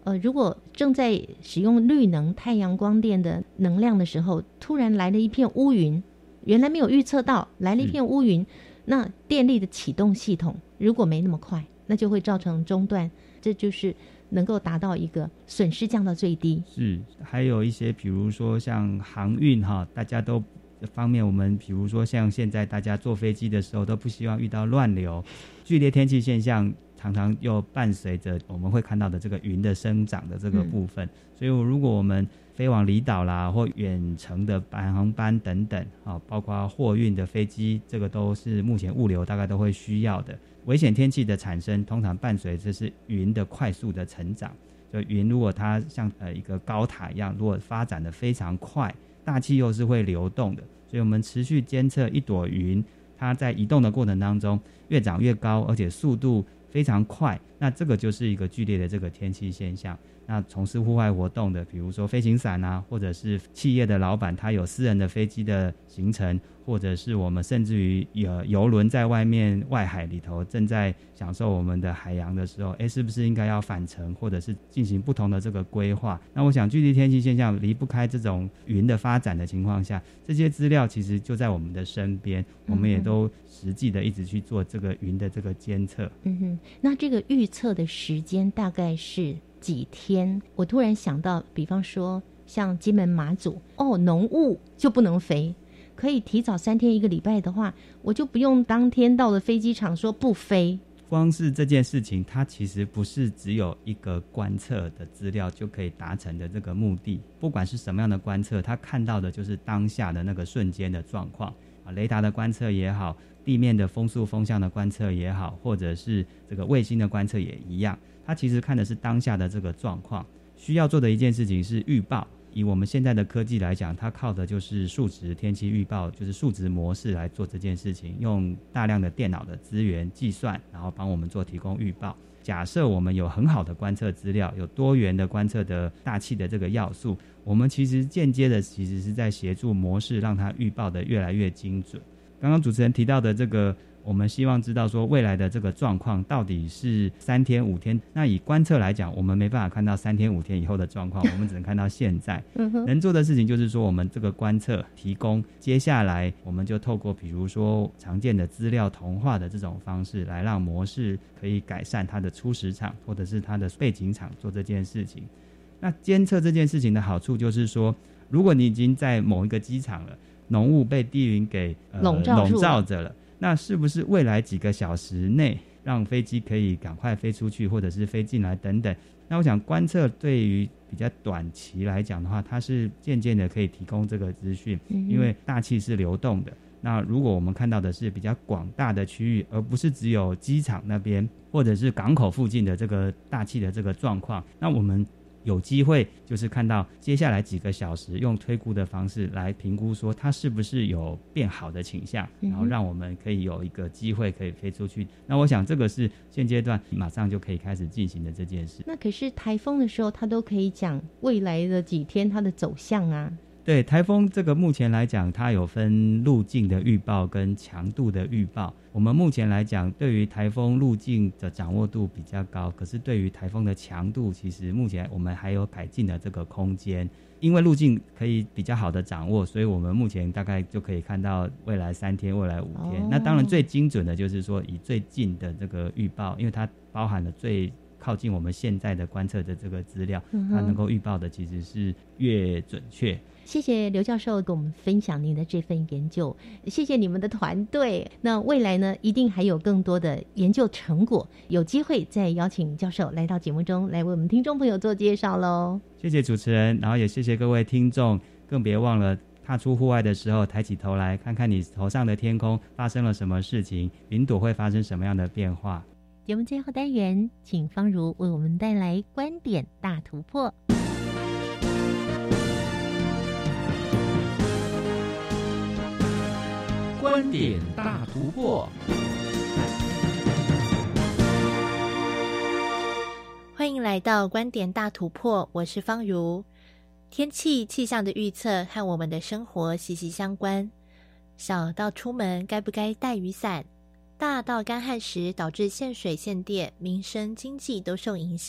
Speaker 3: 呃，如果正在使用绿能太阳光电的能量的时候，突然来了一片乌云，原来没有预测到，来了一片乌云，那电力的启动系统如果没那么快，那就会造成中断，这就是能够达到一个损失降到最低。
Speaker 4: 是，还有一些比如说像航运哈，大家都方面，我们比如说像现在大家坐飞机的时候都不希望遇到乱流，剧烈天气现象常常又伴随着我们会看到的这个云的生长的这个部分、嗯、所以如果我们飞往离岛啦或远程的航班等等、哦、包括货运的飞机，这个都是目前物流大概都会需要的。危险天气的产生通常伴随着是云的快速的成长，就云如果它像呃一个高塔一样，如果发展的非常快，大气又是会流动的，所以我们持续监测一朵云，它在移动的过程当中越长越高，而且速度非常快，那这个就是一个剧烈的这个天气现象。那从事户外活动的，比如说飞行伞啊，或者是企业的老板他有私人的飞机的行程，或者是我们甚至于有邮轮在外面外海里头正在享受我们的海洋的时候，诶，是不是应该要返程，或者是进行不同的这个规划？那我想剧烈天气现象离不开这种云的发展的情况下，这些资料其实就在我们的身边，我们也都实际的一直去做这个云的这个监测。
Speaker 3: 嗯哼，那这个预测的时间大概是几天？我突然想到，比方说像金门马祖，哦，浓雾就不能飞，可以提早三天一个礼拜的话，我就不用当天到了飞机场说不飞。
Speaker 4: 光是这件事情，它其实不是只有一个观测的资料就可以达成的这个目的。不管是什么样的观测，它看到的就是当下的那个瞬间的状况啊，雷达的观测也好，地面的风速风向的观测也好，或者是这个卫星的观测也一样，它其实看的是当下的这个状况。需要做的一件事情是预报。以我们现在的科技来讲，它靠的就是数值天气预报，就是数值模式来做这件事情，用大量的电脑的资源计算，然后帮我们做提供预报。假设我们有很好的观测资料，有多元的观测的大气的这个要素，我们其实间接的其实是在协助模式让它预报的越来越精准。刚刚主持人提到的这个，我们希望知道说未来的这个状况到底是三天五天，那以观测来讲，我们没办法看到三天五天以后的状况，我们只能看到现在能做的事情就是说，我们这个观测提供，接下来我们就透过比如说常见的资料同化的这种方式，来让模式可以改善它的初始场或者是它的背景场做这件事情。那监测这件事情的好处就是说，如果你已经在某一个机场了，浓雾被低云给、呃、笼罩笼罩着了，那是不是未来几个小时内让飞机可以赶快飞出去，或者是飞进来等等？那我想观测对于比较短期来讲的话，它是渐渐的可以提供这个资讯、嗯、因为大气是流动的。那如果我们看到的是比较广大的区域，而不是只有机场那边或者是港口附近的这个大气的这个状况，那我们有机会就是看到接下来几个小时用推估的方式来评估说它是不是有变好的倾向，然后让我们可以有一个机会可以飞出去。那我想这个是现阶段马上就可以开始进行的这件事。
Speaker 3: 那可是台风的时候它都可以讲未来的几天它的走向啊。
Speaker 4: 对，台风这个目前来讲，它有分路径的预报跟强度的预报。我们目前来讲，对于台风路径的掌握度比较高，可是对于台风的强度，其实目前我们还有改进的这个空间。因为路径可以比较好的掌握，所以我们目前大概就可以看到未来三天、未来五天。哦、那当然最精准的就是说以最近的这个预报，因为它包含了最靠近我们现在的观测的这个资料，嗯、它能够预报的其实是越准确。
Speaker 3: 谢谢刘教授跟我们分享您的这份研究，谢谢你们的团队。那未来呢，一定还有更多的研究成果，有机会再邀请教授来到节目中来为我们听众朋友做介绍咯。
Speaker 4: 谢谢主持人，然后也谢谢各位听众，更别忘了踏出户外的时候，抬起头来看看你头上的天空发生了什么事情，云朵会发生什么样的变化。
Speaker 3: 节目最后单元，请方如为我们带来观点大突破。
Speaker 2: 观点大突破，
Speaker 5: 欢迎来到观点大突破，我是方如。天气气象的预测和我们的生活息息相关，小到出门该不该带雨伞，大到干旱时导致限水限电，民生经济都受影响。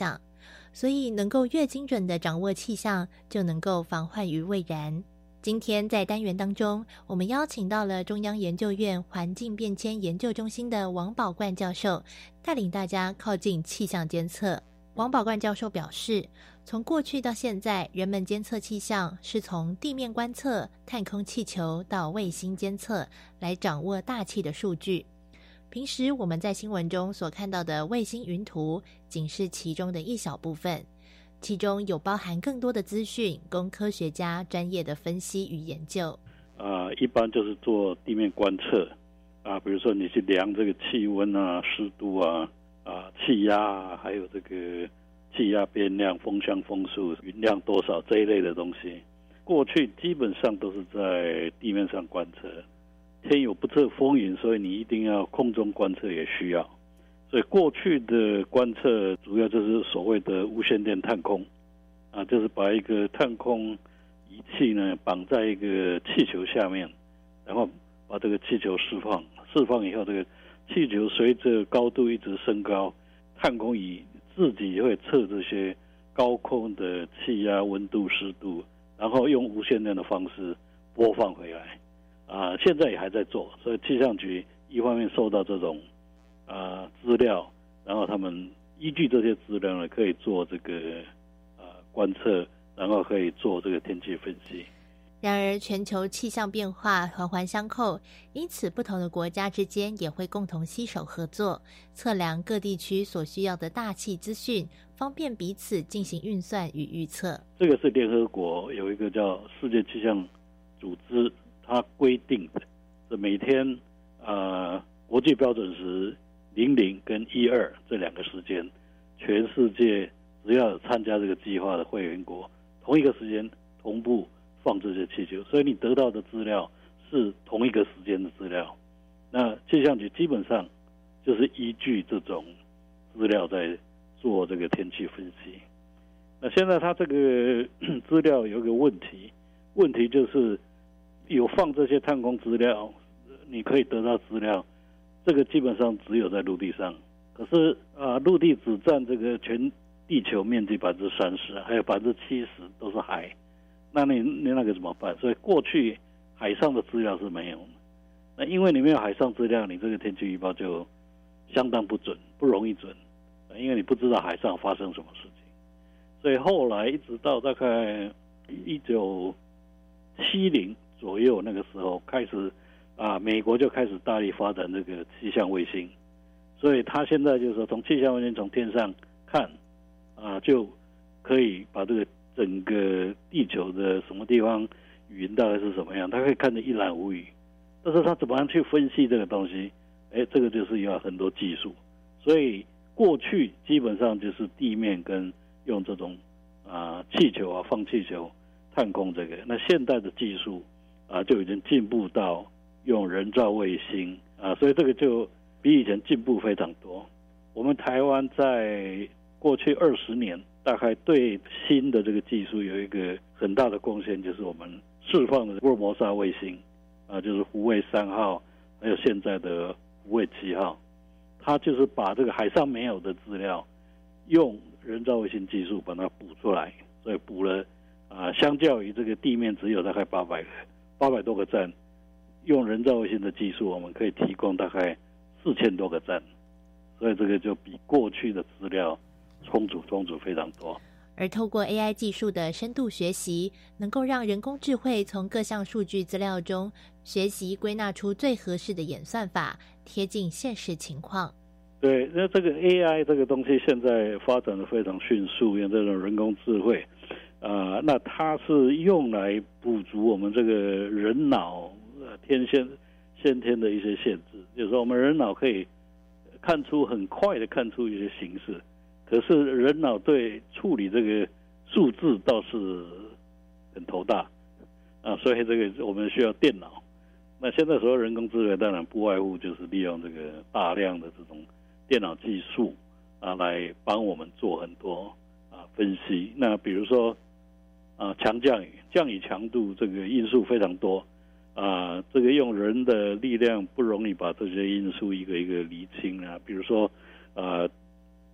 Speaker 5: 所以能够越精准的掌握气象，就能够防患于未然。今天在单元当中，我们邀请到了中央研究院环境变迁研究中心的王宝冠教授，带领大家靠近气象监测。王宝冠教授表示，从过去到现在，人们监测气象是从地面观测、探空气球到卫星监测来掌握大气的数据。平时我们在新闻中所看到的卫星云图，仅是其中的一小部分，其中有包含更多的资讯，供科学家专业的分析与研究。
Speaker 16: 呃，一般就是做地面观测啊，比如说你去量这个气温啊、湿度啊、啊气压啊，还有这个气压变量、风向、风速、云量多少这一类的东西。过去基本上都是在地面上观测，天有不测风云，所以你一定要空中观测也需要。所以过去的观测主要就是所谓的无线电探空啊，就是把一个探空仪器呢绑在一个气球下面，然后把这个气球释放，释放以后，这个气球随着高度一直升高，探空仪自己会测这些高空的气压、温度、湿度，然后用无线电的方式播放回来啊。现在也还在做，所以气象局一方面受到这种啊资料，然后他们依据这些资料呢，可以做这个啊观测，然后可以做这个天气分析。
Speaker 5: 然而，全球气象变化环环相扣，因此不同的国家之间也会共同携手合作，测量各地区所需要的大气资讯，方便彼此进行运算与预测。
Speaker 16: 这个是联合国有一个叫世界气象组织，它规定的是每天呃国际标准时零零跟一二这两个时间，全世界只要有参加这个计划的会员国，同一个时间同步放这些气球，所以你得到的资料是同一个时间的资料。那气象局基本上就是依据这种资料在做这个天气分析。那现在它这个资料有一个问题，问题就是有放这些探空资料，你可以得到资料，这个基本上只有在陆地上。可是啊，陆地只占这个全地球面积百分之三十，还有百分之七十都是海。那你你那个怎么办？所以过去海上的资料是没有的。那因为你没有海上资料，你这个天气预报就相当不准，不容易准，因为你不知道海上发生什么事情。所以后来一直到大概一九七零左右那个时候开始啊，美国就开始大力发展这个气象卫星。所以他现在就是说，从气象卫星从天上看啊，就可以把这个整个地球的什么地方云大概是什么样，他可以看得一览无余。但是他怎么样去分析这个东西？哎，这个就是要很多技术。所以过去基本上就是地面跟用这种啊气球啊放气球探空这个。那现代的技术啊就已经进步到用人造卫星啊，所以这个就比以前进步非常多。我们台湾在过去二十年，大概对新的这个技术有一个很大的贡献，就是我们释放的福尔摩沙卫星啊，就是福卫三号，还有现在的福卫七号，它就是把这个海上没有的资料，用人造卫星技术把它补出来，所以补了啊，相较于这个地面只有大概八百个八百多个站，用人造卫星的技术，我们可以提供大概四千多个站，所以这个就比过去的资料充足充足非常多。
Speaker 5: 而透过 A I 技术的深度学习，能够让人工智慧从各项数据资料中学习归纳出最合适的演算法，贴近现实情况。
Speaker 16: 对，那这个 A I 这个东西现在发展的非常迅速，用这种人工智慧啊、呃，那它是用来补足我们这个人脑、呃、天先先天的一些限制，就是说我们人脑可以看出很快的看出一些形式，可是人脑对处理这个数字倒是很头大啊，所以这个我们需要电脑。那现在所有人工智慧当然不外乎就是利用这个大量的这种电脑技术啊，来帮我们做很多啊分析。那比如说啊强降雨，降雨强度这个因素非常多啊，这个用人的力量不容易把这些因素一个一个厘清啊。比如说啊。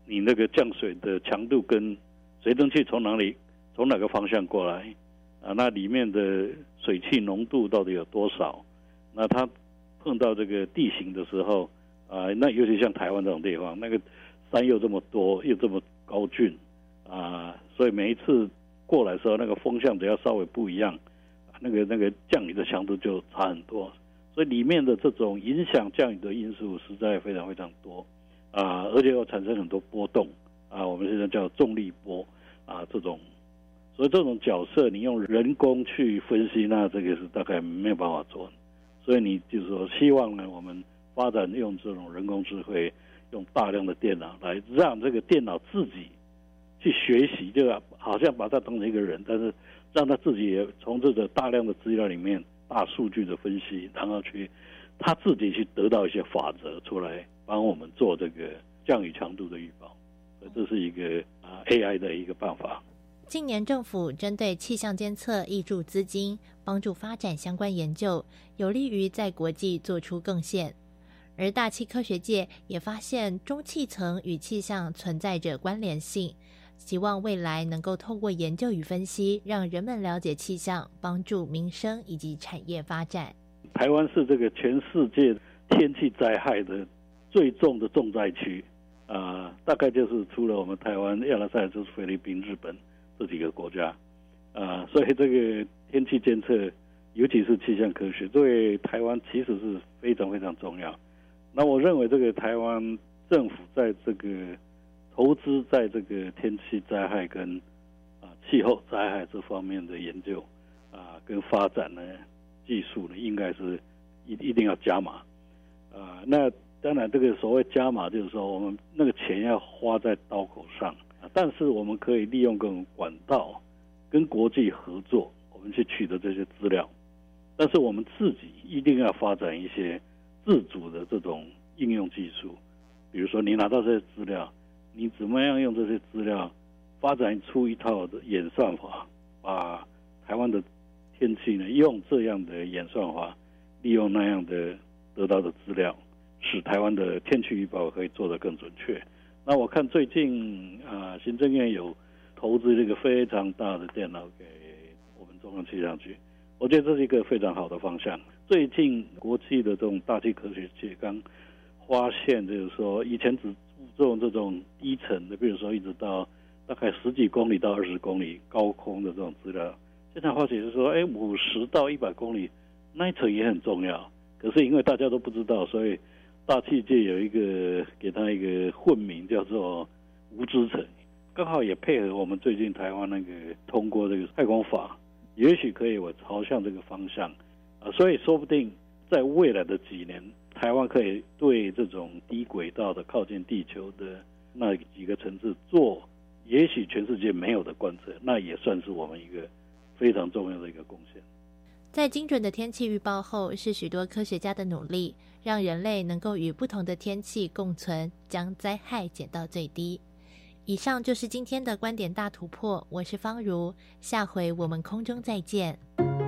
Speaker 16: 你那个降水的强度跟水蒸气从哪里从哪个方向过来啊？那里面的水汽浓度到底有多少？那它碰到这个地形的时候啊，那尤其像台湾这种地方，那个山又这么多，又这么高峻啊，所以每一次过来的时候，那个风向只要稍微不一样，那个那个降雨的强度就差很多。所以里面的这种影响降雨的因素实在非常非常多啊，而且又产生很多波动啊，我们现在叫重力波啊，这种，所以这种角色你用人工去分析，那这个是大概没有办法做。所以你就是说，希望呢，我们发展用这种人工智慧，用大量的电脑来让这个电脑自己去学习，就好像把它当成一个人，但是让他自己也从这个大量的资料里面。大数据的分析，然后去他自己去得到一些法则出来，帮我们做这个降雨强度的预报，所以这是一个啊 A I 的一个办法。
Speaker 5: 近年政府针对气象监测挹注资金，帮助发展相关研究，有利于在国际做出贡献。而大气科学界也发现中气层与气象存在着关联性。希望未来能够透过研究与分析，让人们了解气象，帮助民生以及产业发展。
Speaker 16: 台湾是这个全世界天气灾害的最重的重灾区啊、呃，大概就是除了我们台湾，亚拉塞就是菲律宾、日本这几个国家啊、呃，所以这个天气监测，尤其是气象科学，对台湾其实是非常非常重要。那我认为这个台湾政府在这个投资在这个天气灾害跟啊气候灾害这方面的研究啊跟发展呢，技术呢，应该是一一定要加码啊。那当然，这个所谓加码，就是说我们那个钱要花在刀口上，但是我们可以利用各种管道跟国际合作，我们去取得这些资料。但是我们自己一定要发展一些自主的这种应用技术，比如说你拿到这些资料。你怎么样用这些资料发展出一套的演算法，把台湾的天气呢用这样的演算法，利用那样的得到的资料，使台湾的天气预报可以做得更准确。那我看最近啊、呃，行政院有投资这个非常大的电脑给我们中央气象局，我觉得这是一个非常好的方向。最近国际的这种大气科学界刚发现，就是说以前只这种这种低层的，比如说一直到大概十几公里到二十公里高空的这种资料，现在发现是说，哎，五十到一百公里那一层也很重要。可是因为大家都不知道，所以大气界有一个给它一个混名，叫做无知层，刚好也配合我们最近台湾那个通过这个太空法，也许可以我朝向这个方向啊，所以说不定在未来的几年。台湾可以对这种低轨道的靠近地球的那几个层次做，也许全世界没有的观测，那也算是我们一个非常重要的一个贡献。
Speaker 5: 在精准的天气预报后，是许多科学家的努力，让人类能够与不同的天气共存，将灾害减到最低。以上就是今天的观点大突破，我是方如，下回我们空中再见。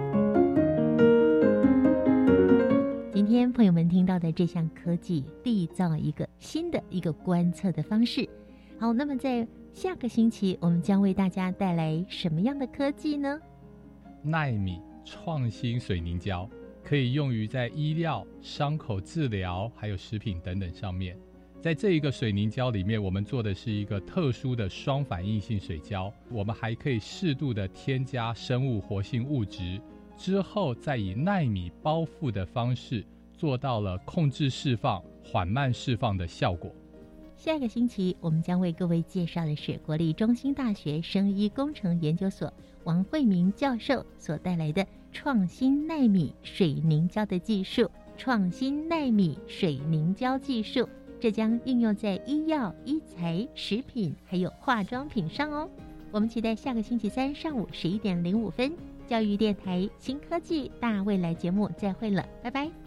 Speaker 3: 今天朋友们听到的这项科技缔造一个新的一个观测的方式。好，那么在下个星期我们将为大家带来什么样的科技呢？
Speaker 17: 奈米创新水凝胶可以用于在医疗、伤口治疗还有食品等等上面。在这一个水凝胶里面，我们做的是一个特殊的双反应性水胶，我们还可以适度的添加生物活性物质，之后再以奈米包覆的方式做到了控制释放、缓慢释放的效果。
Speaker 3: 下个星期我们将为各位介绍的是国立中兴大学生医工程研究所王惠明教授所带来的创新奈米水凝胶的技术。创新奈米水凝胶技术，这将应用在医药、医材、食品还有化妆品上哦。我们期待下个星期三上午十一点零五分，教育电台新科技大未来节目再会了，拜拜。